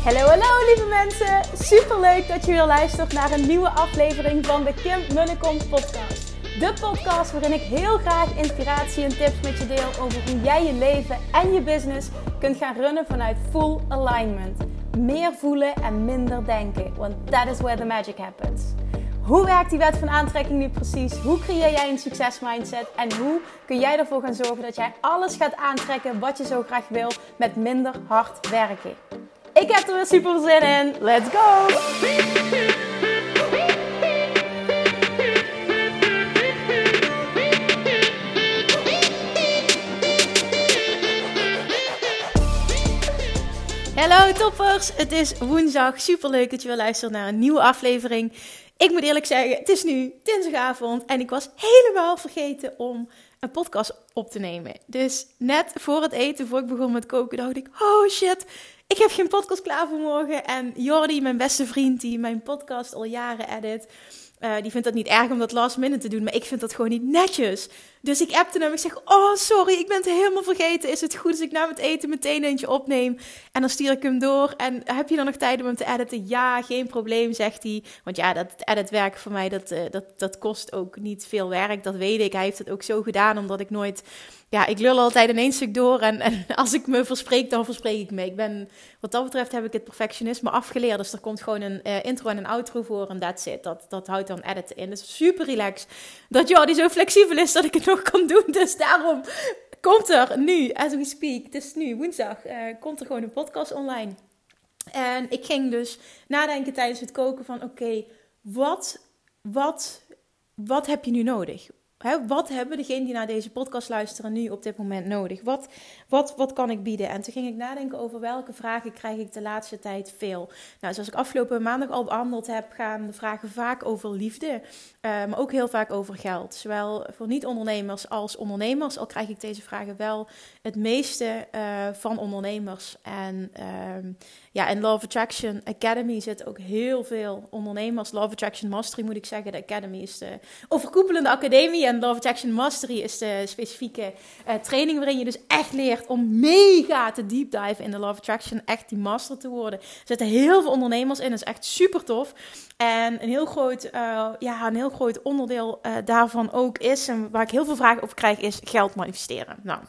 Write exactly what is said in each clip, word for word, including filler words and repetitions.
Hallo, hallo lieve mensen. Superleuk dat je weer luistert naar een nieuwe aflevering van de Kim Munnekom podcast. De podcast waarin ik heel graag inspiratie en tips met je deel over hoe jij je leven en je business kunt gaan runnen vanuit full alignment. Meer voelen en minder denken, want that is where the magic happens. Hoe werkt die wet van aantrekking nu precies? Hoe creëer jij een succesmindset? En hoe kun jij ervoor gaan zorgen dat jij alles gaat aantrekken wat je zo graag wil met minder hard werken? Ik heb er weer super zin in. Let's go! Hallo toppers, het is woensdag. Superleuk dat je weer luistert naar een nieuwe aflevering. Ik moet eerlijk zeggen, het is nu dinsdagavond en ik was helemaal vergeten om een podcast op te nemen. Dus net voor het eten, voor ik begon met koken, dacht ik, oh shit, ik heb geen podcast klaar voor morgen. En Jordi, mijn beste vriend, die mijn podcast al jaren edit, uh, die vindt dat niet erg om dat last minute te doen, maar ik vind dat gewoon niet netjes. Dus ik appte hem, ik zeg, oh sorry, ik ben het helemaal vergeten. Is het goed als ik na het eten meteen eentje opneem? En dan stuur ik hem door. En heb je dan nog tijd om hem te editen? Ja, geen probleem, zegt hij. Want ja, dat editwerk voor mij, dat, uh, dat, dat kost ook niet veel werk. Dat weet ik. Hij heeft het ook zo gedaan, omdat ik nooit... Ja, ik lul altijd in één stuk door. En, en als ik me verspreek, dan verspreek ik me. Ik ben, wat dat betreft heb ik het perfectionisme afgeleerd. Dus er komt gewoon een uh, intro en een outro voor en that's it. Dat, dat houdt dan editen in. Dus super relaxed. Dat Jordi zo flexibel is dat ik het nog kan doen. Dus daarom komt er nu, as we speak, het is nu woensdag, uh, komt er gewoon een podcast online. En ik ging dus nadenken tijdens het koken van, oké, okay, wat, wat, wat heb je nu nodig? He, wat hebben degenen die naar deze podcast luisteren nu op dit moment nodig? Wat, wat, wat kan ik bieden? En toen ging ik nadenken over welke vragen krijg ik de laatste tijd veel. Nou, zoals ik afgelopen maandag al behandeld heb, gaan de vragen vaak over liefde. Uh, maar ook heel vaak over geld. Zowel voor niet-ondernemers als ondernemers. Al krijg ik deze vragen wel het meeste uh, van ondernemers. En uh, ja, in Law of Attraction Academy zitten ook heel veel ondernemers. Law of Attraction Mastery moet ik zeggen. De Academy is de overkoepelende academie. En Law of Attraction Mastery is de specifieke uh, training waarin je dus echt leert om mega te deep dive in de Law of Attraction. Echt die master te worden. Er zitten heel veel ondernemers in. Dat is echt super tof. En een heel groot, uh, ja, een heel groot onderdeel uh, daarvan ook is, en waar ik heel veel vragen over krijg, is geld manifesteren. Nou,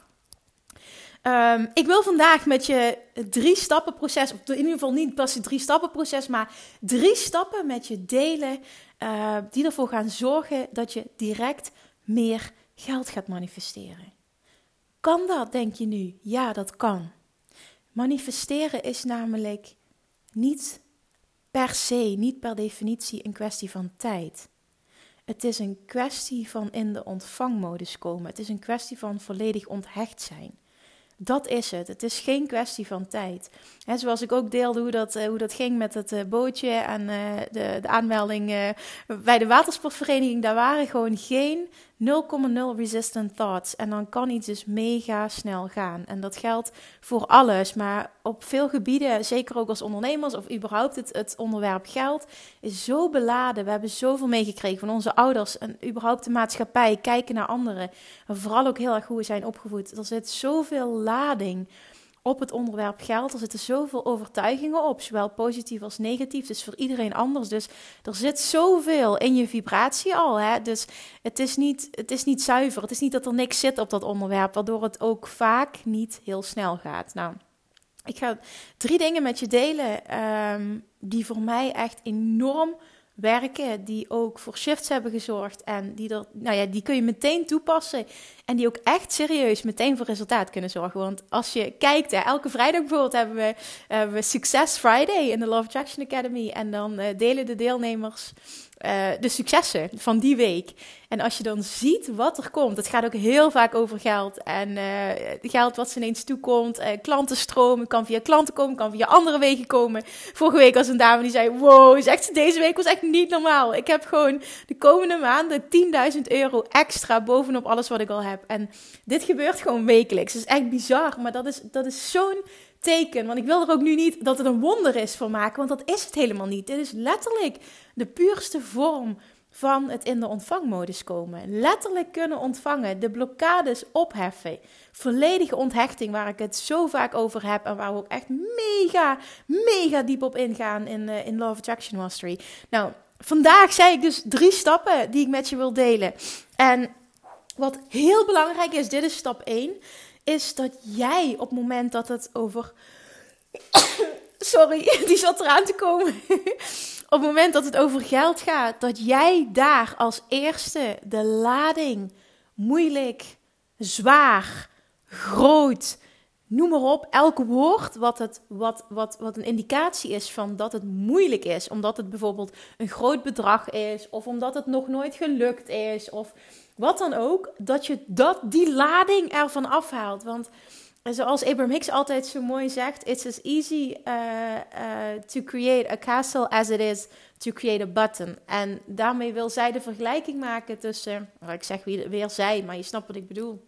um, ik wil vandaag met je drie stappen proces, of in ieder geval niet pas een drie stappen proces, maar drie stappen met je delen uh, die ervoor gaan zorgen dat je direct meer geld gaat manifesteren. Kan dat, denk je nu? Ja, dat kan. Manifesteren is namelijk niet per se, niet per definitie een kwestie van tijd. Het is een kwestie van in de ontvangmodus komen. Het is een kwestie van volledig onthecht zijn. Dat is het. Het is geen kwestie van tijd. He, zoals ik ook deelde hoe dat, uh, hoe dat ging met het uh, bootje en uh, de, de aanmelding uh, bij de watersportvereniging. Daar waren gewoon geen nul komma nul resistant thoughts. En dan kan iets dus mega snel gaan. En dat geldt voor alles. Maar op veel gebieden, zeker ook als ondernemers of überhaupt het, het onderwerp geld, is zo beladen. We hebben zoveel meegekregen van onze ouders en überhaupt de maatschappij. Kijken naar anderen. Maar vooral ook heel erg hoe we zijn opgevoed. Er zit zoveel lading op het onderwerp geld. Er zitten zoveel overtuigingen op, zowel positief als negatief. Dus voor iedereen anders. Dus er zit zoveel in je vibratie al. Hè? Dus het is, niet, het is niet zuiver. Het is niet dat er niks zit op dat onderwerp, waardoor het ook vaak niet heel snel gaat. Nou, ik ga drie dingen met je delen um, die voor mij echt enorm werken, die ook voor shifts hebben gezorgd en die, er, nou ja, die kun je meteen toepassen en die ook echt serieus meteen voor resultaat kunnen zorgen. Want als je kijkt, hè, elke vrijdag bijvoorbeeld hebben we, hebben we Success Friday in de Law of Attraction Academy en dan uh, delen de deelnemers uh, de successen van die week. En als je dan ziet wat er komt, het gaat ook heel vaak over geld en uh, geld wat ze ineens toekomt, uh, klantenstroom, kan via klanten komen, kan via andere wegen komen. Vorige week was een dame die zei, wow, zegt, deze week was echt niet normaal. Ik heb gewoon de komende maanden tienduizend euro extra bovenop alles wat ik al heb. En dit gebeurt gewoon wekelijks. Het is echt bizar, maar dat is, dat is zo'n teken. Want ik wil er ook nu niet dat het een wonder is voor maken, want dat is het helemaal niet. Dit is letterlijk de puurste vorm van het in de ontvangmodus komen. Letterlijk kunnen ontvangen, de blokkades opheffen. Volledige onthechting, waar ik het zo vaak over heb en waar we ook echt mega, mega diep op ingaan in, uh, in Law of Attraction Mastery. Nou, vandaag zei ik dus drie stappen die ik met je wil delen. En wat heel belangrijk is, dit is stap één, is dat jij op het moment dat het over... Sorry, die zat eraan te komen. Op het moment dat het over geld gaat, dat jij daar als eerste de lading moeilijk, zwaar, groot, noem maar op, elk woord wat, het, wat, wat, wat een indicatie is van dat het moeilijk is, omdat het bijvoorbeeld een groot bedrag is, of omdat het nog nooit gelukt is, of wat dan ook, dat je dat, die lading ervan afhaalt. Want zoals Abraham Hicks altijd zo mooi zegt, it's as easy uh, uh, to create a castle as it is to create a button. En daarmee wil zij de vergelijking maken tussen, nou, ik zeg weer, weer zij, maar je snapt wat ik bedoel.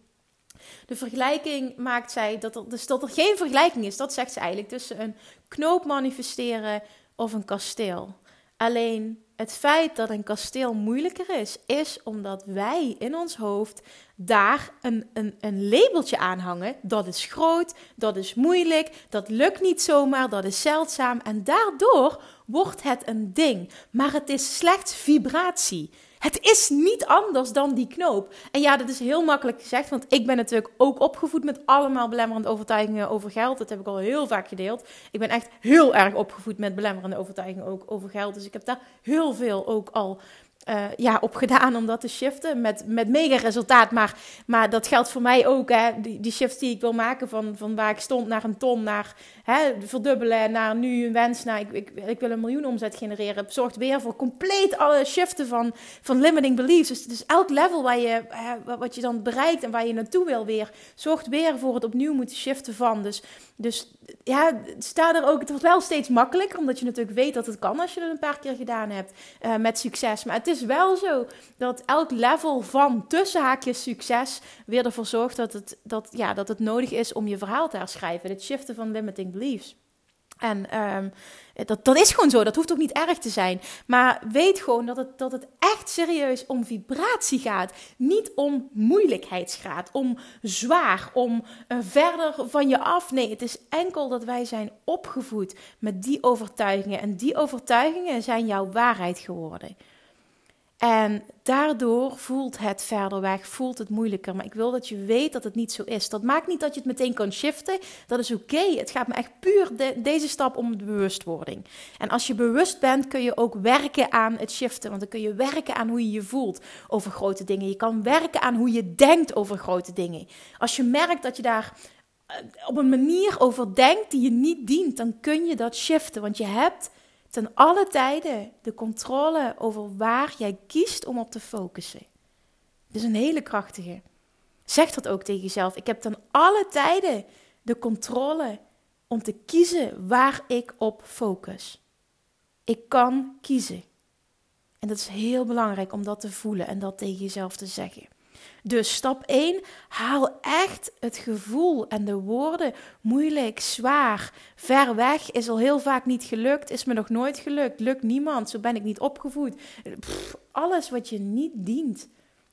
De vergelijking maakt zij, dat er, dus dat er geen vergelijking is, dat zegt ze eigenlijk, tussen een knoop manifesteren of een kasteel. Alleen het feit dat een kasteel moeilijker is, is omdat wij in ons hoofd daar een, een, een labeltje aan hangen. Dat is groot, dat is moeilijk, dat lukt niet zomaar, dat is zeldzaam. En daardoor wordt het een ding. Maar het is slechts vibratie. Het is niet anders dan die knoop. En ja, dat is heel makkelijk gezegd, want ik ben natuurlijk ook opgevoed met allemaal belemmerende overtuigingen over geld. Dat heb ik al heel vaak gedeeld. Ik ben echt heel erg opgevoed met belemmerende overtuigingen ook over geld. Dus ik heb daar heel veel ook al uh, ja, op gedaan om dat te shiften met, met mega resultaat. Maar, maar dat geldt voor mij ook, hè, die, die shift die ik wil maken van, van waar ik stond naar een ton, naar hè, verdubbelen, naar nu een wens, naar ik, ik, ik wil een miljoen omzet genereren. Het zorgt weer voor compleet alle shiften van, van limiting beliefs. Dus, dus elk level waar je, hè, wat je dan bereikt en waar je naartoe wil weer, zorgt weer voor het opnieuw moeten shiften van. Dus, dus ja, sta er ook, het wordt wel steeds makkelijker, omdat je natuurlijk weet dat het kan als je het een paar keer gedaan hebt uh, met succes. Maar het is wel zo dat elk level van tussenhaakjes succes weer ervoor zorgt dat het, dat, ja, dat het nodig is om je verhaal te herschrijven. Het shiften van limiting beliefs. En um, dat, dat is gewoon zo, dat hoeft ook niet erg te zijn. Maar weet gewoon dat het, dat het echt serieus om vibratie gaat. Niet om moeilijkheidsgraad, om zwaar, om uh, verder van je af. Nee, het is enkel dat wij zijn opgevoed met die overtuigingen. En die overtuigingen zijn jouw waarheid geworden. En daardoor voelt het verder weg, voelt het moeilijker. Maar ik wil dat je weet dat het niet zo is. Dat maakt niet dat je het meteen kan shiften. Dat is oké. Okay. Het gaat me echt puur de, deze stap om de bewustwording. En als je bewust bent, kun je ook werken aan het shiften. Want dan kun je werken aan hoe je je voelt over grote dingen. Je kan werken aan hoe je denkt over grote dingen. Als je merkt dat je daar op een manier over denkt die je niet dient, dan kun je dat shiften. Want je hebt ten alle tijden de controle over waar jij kiest om op te focussen. Dat is een hele krachtige. Zeg dat ook tegen jezelf. Ik heb ten alle tijden de controle om te kiezen waar ik op focus. Ik kan kiezen. En dat is heel belangrijk om dat te voelen en dat tegen jezelf te zeggen. Dus stap één, haal echt het gevoel en de woorden moeilijk, zwaar, ver weg, is al heel vaak niet gelukt, is me nog nooit gelukt, lukt niemand, zo ben ik niet opgevoed. Pff, alles wat je niet dient,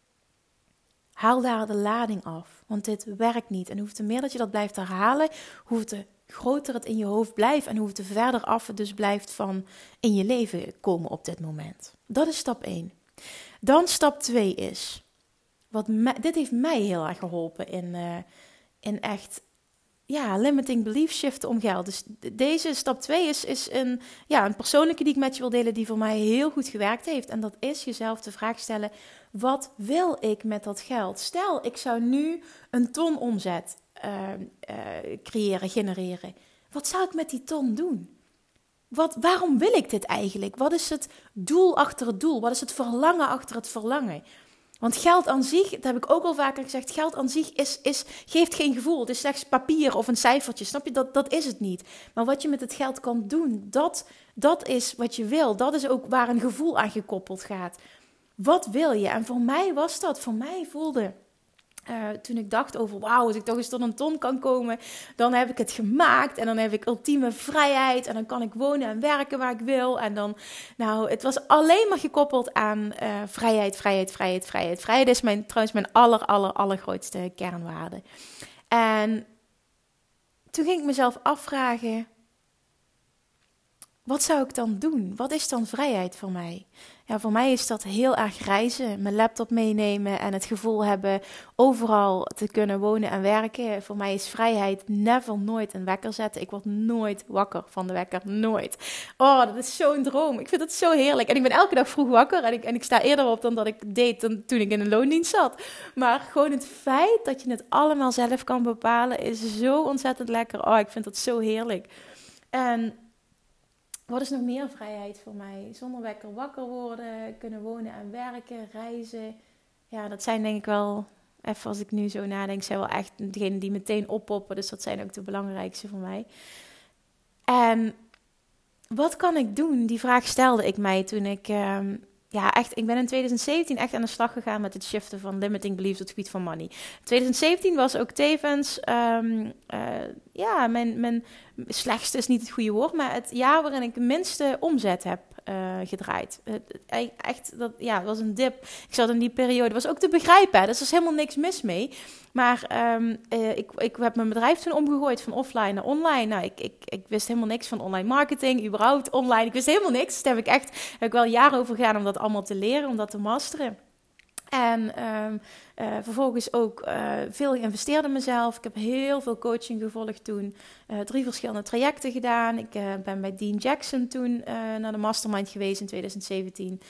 haal daar de lading af, want dit werkt niet. En hoe te meer dat je dat blijft herhalen, hoe te groter het in je hoofd blijft en hoe te verder af het dus blijft van in je leven komen op dit moment. Dat is stap één. Dan stap twee is... Wat mij, dit heeft mij heel erg geholpen in, uh, in echt ja, limiting belief shiften om geld. Dus deze stap twee is, is een, ja, een persoonlijke die ik met je wil delen die voor mij heel goed gewerkt heeft. En dat is jezelf de vraag stellen, wat wil ik met dat geld? Stel, ik zou nu een ton omzet uh, uh, creëren, genereren. Wat zou ik met die ton doen? Wat, waarom wil ik dit eigenlijk? Wat is het doel achter het doel? Wat is het verlangen achter het verlangen? Want geld aan zich, dat heb ik ook al vaker gezegd, geld aan zich is, is, geeft geen gevoel. Het is slechts papier of een cijfertje, snap je? Dat, dat is het niet. Maar wat je met het geld kan doen, dat, dat is wat je wil. Dat is ook waar een gevoel aan gekoppeld gaat. Wat wil je? En voor mij was dat, voor mij voelde Uh, toen ik dacht over, wauw, als ik toch eens tot een ton kan komen, dan heb ik het gemaakt en dan heb ik ultieme vrijheid en dan kan ik wonen en werken waar ik wil. En dan, nou, het was alleen maar gekoppeld aan uh, vrijheid, vrijheid, vrijheid, vrijheid. Vrijheid is mijn, trouwens mijn aller, aller, allergrootste kernwaarde. En toen ging ik mezelf afvragen, wat zou ik dan doen? Wat is dan vrijheid voor mij? Ja, voor mij is dat heel erg reizen, mijn laptop meenemen en het gevoel hebben overal te kunnen wonen en werken. Voor mij is vrijheid never, nooit een wekker zetten. Ik word nooit wakker van de wekker, nooit. Oh, dat is zo'n droom. Ik vind dat zo heerlijk. En ik ben elke dag vroeg wakker en ik, en ik sta eerder op dan dat ik deed dan toen ik in een loondienst zat. Maar gewoon het feit dat je het allemaal zelf kan bepalen is zo ontzettend lekker. Oh, ik vind dat zo heerlijk. En wat is nog meer vrijheid voor mij? Zonder wekker wakker worden, kunnen wonen en werken, reizen. Ja, dat zijn denk ik wel, even als ik nu zo nadenk, zijn wel echt degenen die meteen oppoppen. Dus dat zijn ook de belangrijkste voor mij. En wat kan ik doen? Die vraag stelde ik mij toen ik, um, ja echt, ik ben in twintig zeventien echt aan de slag gegaan met het shiften van limiting beliefs op het gebied van money. twintig zeventien was ook tevens, um, uh, ja, mijn, mijn slechtste is niet het goede woord, maar het jaar waarin ik de minste omzet heb uh, gedraaid. Uh, echt, dat, ja, het was een dip. Ik zat in die periode, was ook te begrijpen, dus er is helemaal niks mis mee. Maar um, uh, ik, ik heb mijn bedrijf toen omgegooid van offline naar online. Nou, ik, ik, ik wist helemaal niks van online marketing, überhaupt online. Ik wist helemaal niks. Dus daar heb ik echt heb ik wel jaren over gedaan om dat allemaal te leren, om dat te masteren. En um, uh, vervolgens ook uh, veel geïnvesteerd in mezelf. Ik heb heel veel coaching gevolgd toen. Uh, drie verschillende trajecten gedaan. Ik uh, ben bij Dean Jackson toen uh, naar de mastermind geweest in twintig zeventien.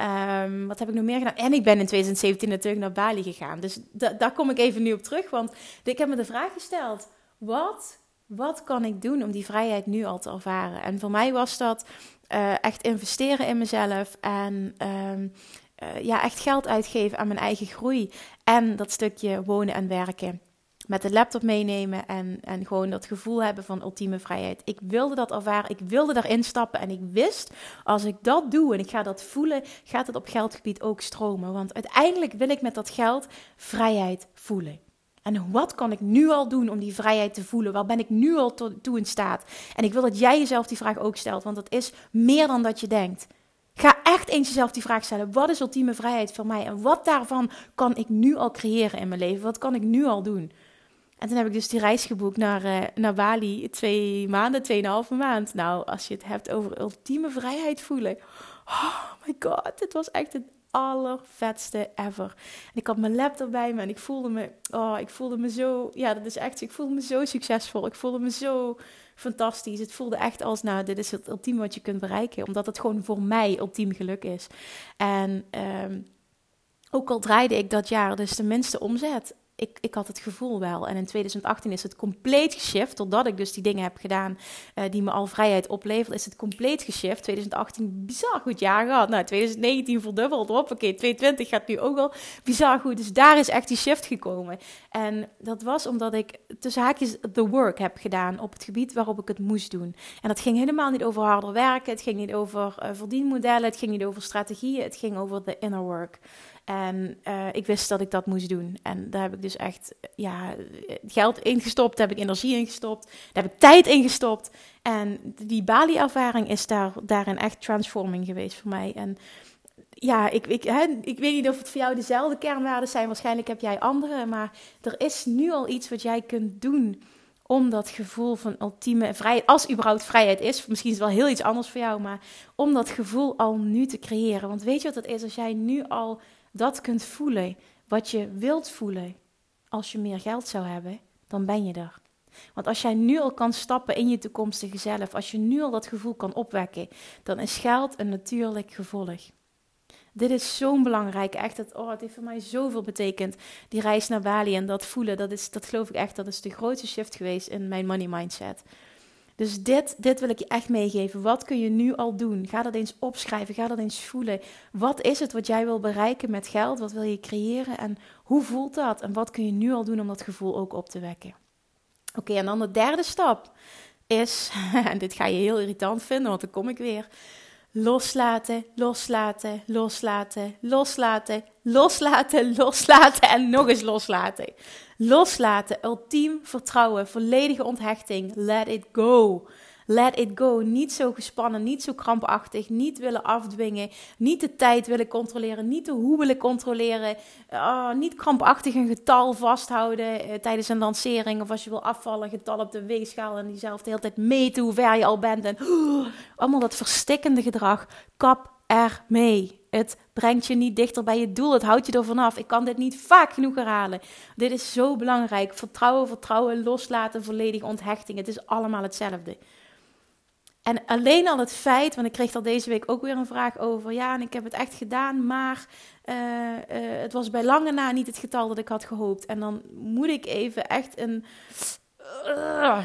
Um, wat heb ik nog meer gedaan? En ik ben in twintig zeventien natuurlijk naar Bali gegaan. Dus d- daar kom ik even nu op terug. Want ik heb me de vraag gesteld. Wat, wat kan ik doen om die vrijheid nu al te ervaren? En voor mij was dat uh, echt investeren in mezelf. En Um, Uh, ja, echt geld uitgeven aan mijn eigen groei. En dat stukje wonen en werken. Met de laptop meenemen en, en gewoon dat gevoel hebben van ultieme vrijheid. Ik wilde dat ervaren, ik wilde daarin stappen. En ik wist, als ik dat doe en ik ga dat voelen, gaat het op geldgebied ook stromen. Want uiteindelijk wil ik met dat geld vrijheid voelen. En wat kan ik nu al doen om die vrijheid te voelen? Waar ben ik nu al to- toe in staat? En ik wil dat jij jezelf die vraag ook stelt, want dat is meer dan dat je denkt. Ga echt eens jezelf die vraag stellen. Wat is ultieme vrijheid voor mij? En wat daarvan kan ik nu al creëren in mijn leven? Wat kan ik nu al doen? En toen heb ik dus die reis geboekt naar, uh, naar Bali. Twee maanden, tweeënhalve maand. Nou, als je het hebt over ultieme vrijheid voelen. Oh my god, dit was echt het allervetste ever. En ik had mijn laptop bij me en ik voelde me... Oh, ik voelde me zo... Ja, dat is echt... Ik voelde me zo succesvol. Ik voelde me zo... fantastisch. Het voelde echt als, nou, dit is het ultieme wat je kunt bereiken. Omdat het gewoon voor mij ultiem geluk is. En um, ook al draaide ik dat jaar dus de minste omzet, ik, ik had het gevoel wel. En in twintig achttien is het compleet geshift. Doordat ik dus die dingen heb gedaan uh, die me al vrijheid opleveren, is het compleet geshift. twintig achttien, bizar goed jaar gehad. Nou, twintig negentien verdubbeld. Hoppakee, twintig twintig gaat nu ook al bizar goed. Dus daar is echt die shift gekomen. En dat was omdat ik tussen haakjes the work heb gedaan op het gebied waarop ik het moest doen. En dat ging helemaal niet over harder werken. Het ging niet over uh, verdienmodellen. Het ging niet over strategieën. Het ging over the inner work. En uh, ik wist dat ik dat moest doen. En daar heb ik dus echt ja, geld ingestopt, daar heb ik energie ingestopt, daar heb ik tijd ingestopt. En die Bali-ervaring is daar, daarin echt transforming geweest voor mij. En ja, ik, ik, hè, ik weet niet of het voor jou dezelfde kernwaarden zijn. Waarschijnlijk heb jij andere. Maar er is nu al iets wat jij kunt doen om dat gevoel van ultieme vrijheid, als überhaupt vrijheid is, misschien is het wel heel iets anders voor jou, maar om dat gevoel al nu te creëren. Want weet je wat het is? Als jij nu al dat kunt voelen, wat je wilt voelen, als je meer geld zou hebben, dan ben je er. Want als jij nu al kan stappen in je toekomstige zelf, als je nu al dat gevoel kan opwekken, dan is geld een natuurlijk gevolg. Dit is zo'n belangrijk, echt, het, oh, het heeft voor mij zoveel betekend. Die reis naar Bali en dat voelen, dat, is, dat geloof ik echt, dat is de grootste shift geweest in mijn money mindset. Dus dit, dit wil ik je echt meegeven. Wat kun je nu al doen? Ga dat eens opschrijven, ga dat eens voelen. Wat is het wat jij wil bereiken met geld? Wat wil je creëren en hoe voelt dat? En wat kun je nu al doen om dat gevoel ook op te wekken? Oké, okay, en dan de derde stap is, en dit ga je heel irritant vinden, want dan kom ik weer. Loslaten, loslaten, loslaten, loslaten, loslaten, loslaten en nog eens loslaten. Loslaten, ultiem vertrouwen, volledige onthechting. Let it go. Let it go. Niet zo gespannen, niet zo krampachtig, niet willen afdwingen, niet de tijd willen controleren, niet de hoe willen controleren, uh, niet krampachtig een getal vasthouden uh, tijdens een lancering of als je wil afvallen, getal op de weegschaal en die zelf de hele tijd meten hoe ver je al bent en uh, allemaal dat verstikkende gedrag. Kap ermee. Het brengt je niet dichter bij je doel. Het houdt je er vanaf. Ik kan dit niet vaak genoeg herhalen. Dit is zo belangrijk. Vertrouwen, vertrouwen, loslaten, volledige onthechting. Het is allemaal hetzelfde. En alleen al het feit, want ik kreeg er deze week ook weer een vraag over. Ja, en ik heb het echt gedaan, maar uh, uh, het was bij lange na niet het getal dat ik had gehoopt. En dan moet ik even echt een... Uh,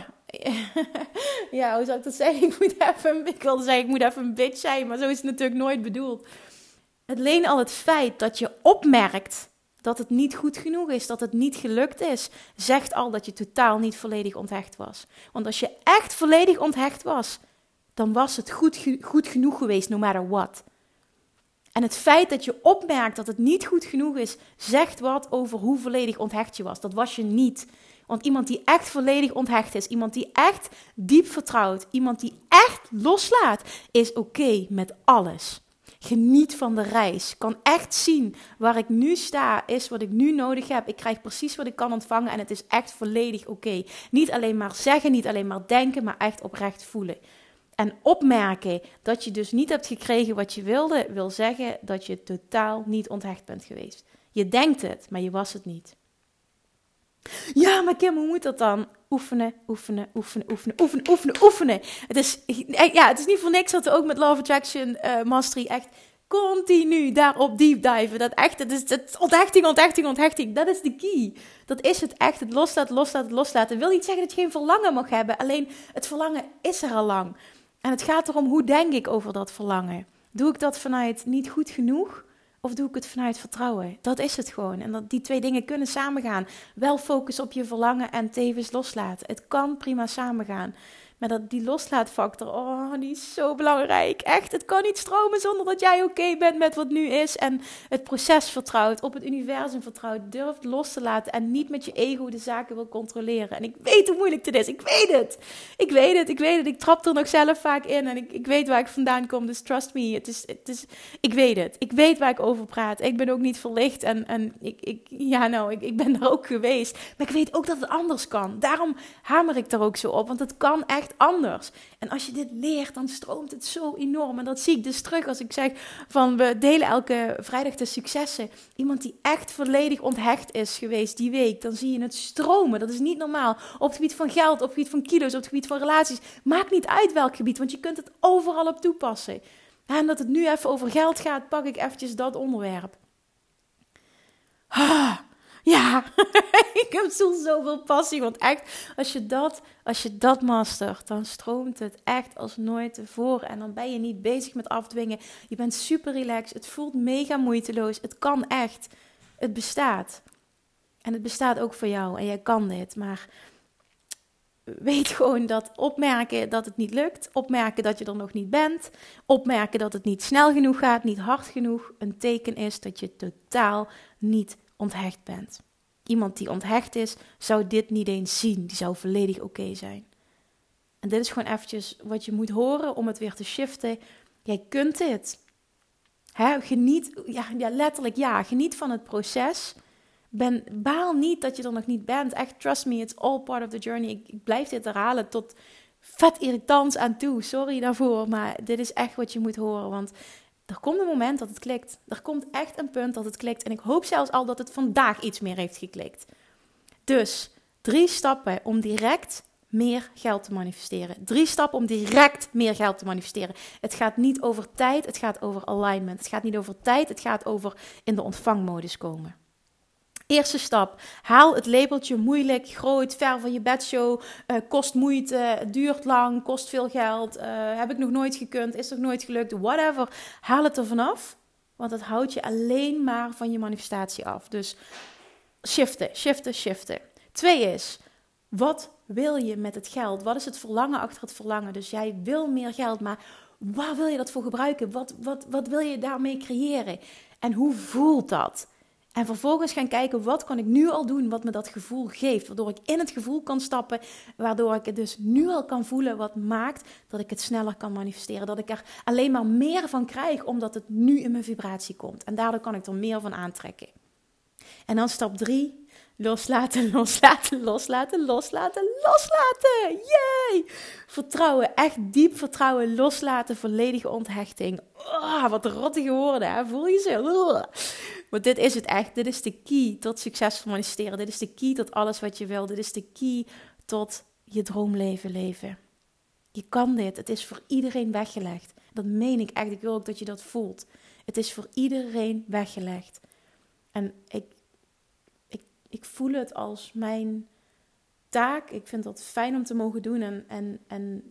ja, hoe zou ik dat zeggen? Ik moet even, ik wilde zeggen, ik moet even een bitch zijn, maar zo is het natuurlijk nooit bedoeld. Alleen al het feit dat je opmerkt dat het niet goed genoeg is, dat het niet gelukt is, zegt al dat je totaal niet volledig onthecht was. Want als je echt volledig onthecht was, dan was het goed, goed genoeg geweest, no matter what. En het feit dat je opmerkt dat het niet goed genoeg is, zegt wat over hoe volledig onthecht je was. Dat was je niet. Want iemand die echt volledig onthecht is, iemand die echt diep vertrouwt, iemand die echt loslaat, is oké met alles. Geniet van de reis. Kan echt zien waar ik nu sta, is wat ik nu nodig heb. Ik krijg precies wat ik kan ontvangen en het is echt volledig oké. Niet alleen maar zeggen, niet alleen maar denken, maar echt oprecht voelen. En opmerken dat je dus niet hebt gekregen wat je wilde, wil zeggen dat je totaal niet onthecht bent geweest. Je denkt het, maar je was het niet. Ja, maar Kim, hoe moet dat dan? Oefenen, oefenen, oefenen, oefenen, oefenen, oefenen, oefenen. Het is, ja, het is niet voor niks dat we ook met Law of Attraction uh, Mastery echt continu daarop deep diven. Dat echt, het is het onthechting, onthechting, onthechting. Dat is de key. Dat is het echt. Het loslaten, loslaten, loslaten. Dat wil niet zeggen dat je geen verlangen mag hebben. Alleen het verlangen is er al lang. En het gaat erom, hoe denk ik over dat verlangen? Doe ik dat vanuit niet goed genoeg? Of doe ik het vanuit vertrouwen? Dat is het gewoon. En dat die twee dingen kunnen samengaan. Wel focus op je verlangen en tevens loslaten. Het kan prima samengaan. Maar dat, die loslaatfactor, oh, die is zo belangrijk. Echt, het kan niet stromen zonder dat jij oké okay bent met wat nu is. En het proces vertrouwt, op het universum vertrouwt. Durft los te laten en niet met je ego de zaken wil controleren. En ik weet hoe moeilijk dit is. Ik weet het. Ik weet het, ik weet het. Ik trap er nog zelf vaak in. En ik, ik weet waar ik vandaan kom, dus trust me. Het is, het is, ik weet het. Ik weet waar ik over praat. Ik ben ook niet verlicht. En, en ik, ik, ja, nou, ik, ik ben daar ook geweest. Maar ik weet ook dat het anders kan. Daarom hamer ik er ook zo op. Want het kan echt anders. En als je dit leert, dan stroomt het zo enorm. En dat zie ik dus terug als ik zeg van we delen elke vrijdag de successen. Iemand die echt volledig onthecht is geweest die week, dan zie je het stromen. Dat is niet normaal. Op het gebied van geld, op het gebied van kilo's, op het gebied van relaties. Maakt niet uit welk gebied, want je kunt het overal op toepassen. En dat het nu even over geld gaat, pak ik eventjes dat onderwerp. Ah. Ja, ik heb soms zoveel passie, want echt, als je dat, als je dat mastert, dan stroomt het echt als nooit tevoren. En dan ben je niet bezig met afdwingen. Je bent super relaxed, het voelt mega moeiteloos, het kan echt. Het bestaat. En het bestaat ook voor jou en jij kan dit, maar weet gewoon dat opmerken dat het niet lukt, opmerken dat je er nog niet bent, opmerken dat het niet snel genoeg gaat, niet hard genoeg, een teken is dat je totaal niet onthecht bent. Iemand die onthecht is, zou dit niet eens zien. Die zou volledig oké okay zijn. En dit is gewoon eventjes wat je moet horen om het weer te shiften. Jij kunt dit. Hè? Geniet, ja, ja, letterlijk ja, geniet van het proces. Ben, baal niet dat je er nog niet bent. Echt, trust me, it's all part of the journey. Ik, ik blijf dit herhalen tot vet irritants aan toe. Sorry daarvoor, maar dit is echt wat je moet horen, want er komt een moment dat het klikt. Er komt echt een punt dat het klikt. En ik hoop zelfs al dat het vandaag iets meer heeft geklikt. Dus drie stappen om direct meer geld te manifesteren. Drie stappen om direct meer geld te manifesteren. Het gaat niet over tijd, het gaat over alignment. Het gaat niet over tijd, het gaat over in de ontvangmodus komen. Eerste stap, haal het labeltje moeilijk, groot, ver van je bedshow, uh, kost moeite, duurt lang, kost veel geld, uh, heb ik nog nooit gekund, is nog nooit gelukt, whatever. Haal het er vanaf, want het houdt je alleen maar van je manifestatie af. Dus shiften, shiften, shiften. Twee is, wat wil je met het geld? Wat is het verlangen achter het verlangen? Dus jij wil meer geld, maar waar wil je dat voor gebruiken? Wat, wat, wat wil je daarmee creëren? En hoe voelt dat? En vervolgens gaan kijken, wat kan ik nu al doen wat me dat gevoel geeft? Waardoor ik in het gevoel kan stappen, waardoor ik het dus nu al kan voelen, wat maakt dat ik het sneller kan manifesteren. Dat ik er alleen maar meer van krijg, omdat het nu in mijn vibratie komt. En daardoor kan ik er meer van aantrekken. En dan stap drie, loslaten, loslaten, loslaten, loslaten, loslaten. Yay! Vertrouwen, echt diep vertrouwen, loslaten, volledige onthechting. Oh, wat rottige woorden, hè? Voel je ze? Maar dit is het echt. Dit is de key tot succesvol manifesteren. Dit is de key tot alles wat je wil. Dit is de key tot je droomleven leven. Je kan dit. Het is voor iedereen weggelegd. Dat meen ik echt. Ik wil ook dat je dat voelt. Het is voor iedereen weggelegd. En ik, ik, ik voel het als mijn taak. Ik vind dat fijn om te mogen doen. En, en, en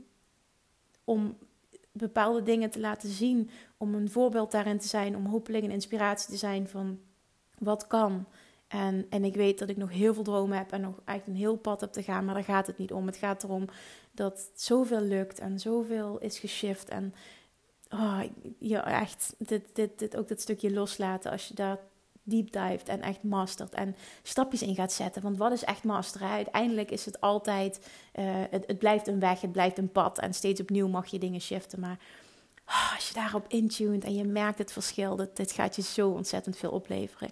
om bepaalde dingen te laten zien. Om een voorbeeld daarin te zijn. Om hopelijk een inspiratie te zijn van wat kan. En, en ik weet dat ik nog heel veel dromen heb. En nog eigenlijk een heel pad heb te gaan. Maar daar gaat het niet om. Het gaat erom dat zoveel lukt. En zoveel is geshift. En oh, ja, echt. Dit, dit, dit, ook dat stukje loslaten. Als je daar deep dived en echt mastert. En stapjes in gaat zetten. Want wat is echt masteren? Uiteindelijk is het altijd. Uh, het, het blijft een weg. Het blijft een pad. En steeds opnieuw mag je dingen shiften. Maar oh, als je daarop intuned en je merkt het verschil, dat dit gaat je zo ontzettend veel opleveren.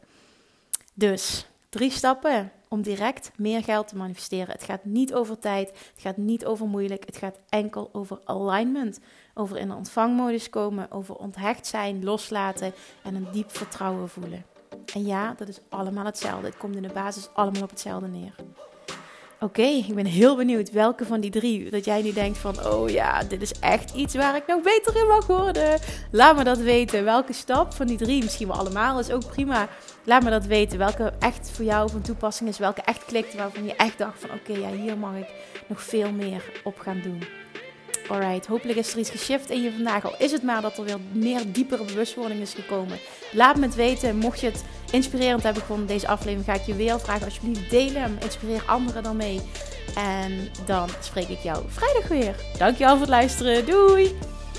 Dus drie stappen om direct meer geld te manifesteren. Het gaat niet over tijd, het gaat niet over moeilijk, het gaat enkel over alignment. Over in de ontvangmodus komen, over onthecht zijn, loslaten en een diep vertrouwen voelen. En ja, dat is allemaal hetzelfde. Het komt in de basis allemaal op hetzelfde neer. Oké, okay, ik ben heel benieuwd welke van die drie, dat jij nu denkt van, oh ja, dit is echt iets waar ik nog beter in mag worden. Laat me dat weten. Welke stap van die drie, misschien wel allemaal, is ook prima. Laat me dat weten. Welke echt voor jou van toepassing is, welke echt klikt, waarvan je echt dacht van, oké, okay, ja, hier mag ik nog veel meer op gaan doen. Alright, hopelijk is er iets geshift in je vandaag. Al is het maar dat er weer meer diepere bewustwording is gekomen. Laat me het weten. Mocht je het inspirerend hebben gevonden, deze aflevering, ga ik je weer vragen. Alsjeblieft, delen hem. Inspireer anderen dan mee. En dan spreek ik jou vrijdag weer. Dankjewel voor het luisteren. Doei!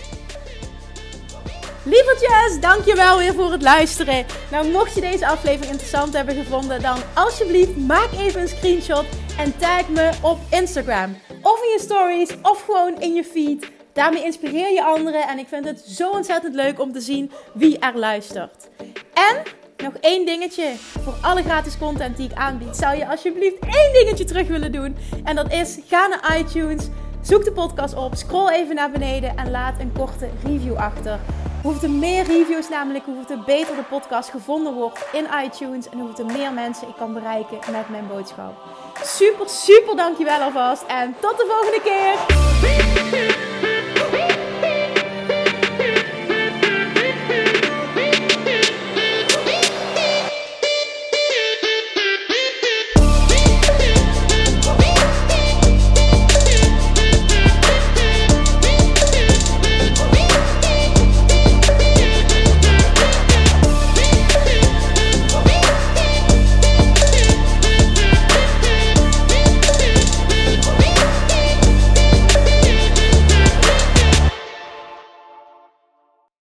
Lievertjes, dankjewel weer voor het luisteren. Nou, mocht je deze aflevering interessant hebben gevonden, dan alsjeblieft maak even een screenshot en tag me op Instagram. Of in je stories, of gewoon in je feed. Daarmee inspireer je anderen en ik vind het zo ontzettend leuk om te zien wie er luistert. En nog één dingetje. Voor alle gratis content die ik aanbied, zou je alsjeblieft één dingetje terug willen doen. En dat is, ga naar iTunes, zoek de podcast op, scroll even naar beneden en laat een korte review achter. Hoeveel meer reviews namelijk, hoeveel beter de podcast gevonden wordt in iTunes. En hoeveel meer mensen ik kan bereiken met mijn boodschap. Super, super dankjewel alvast. En tot de volgende keer.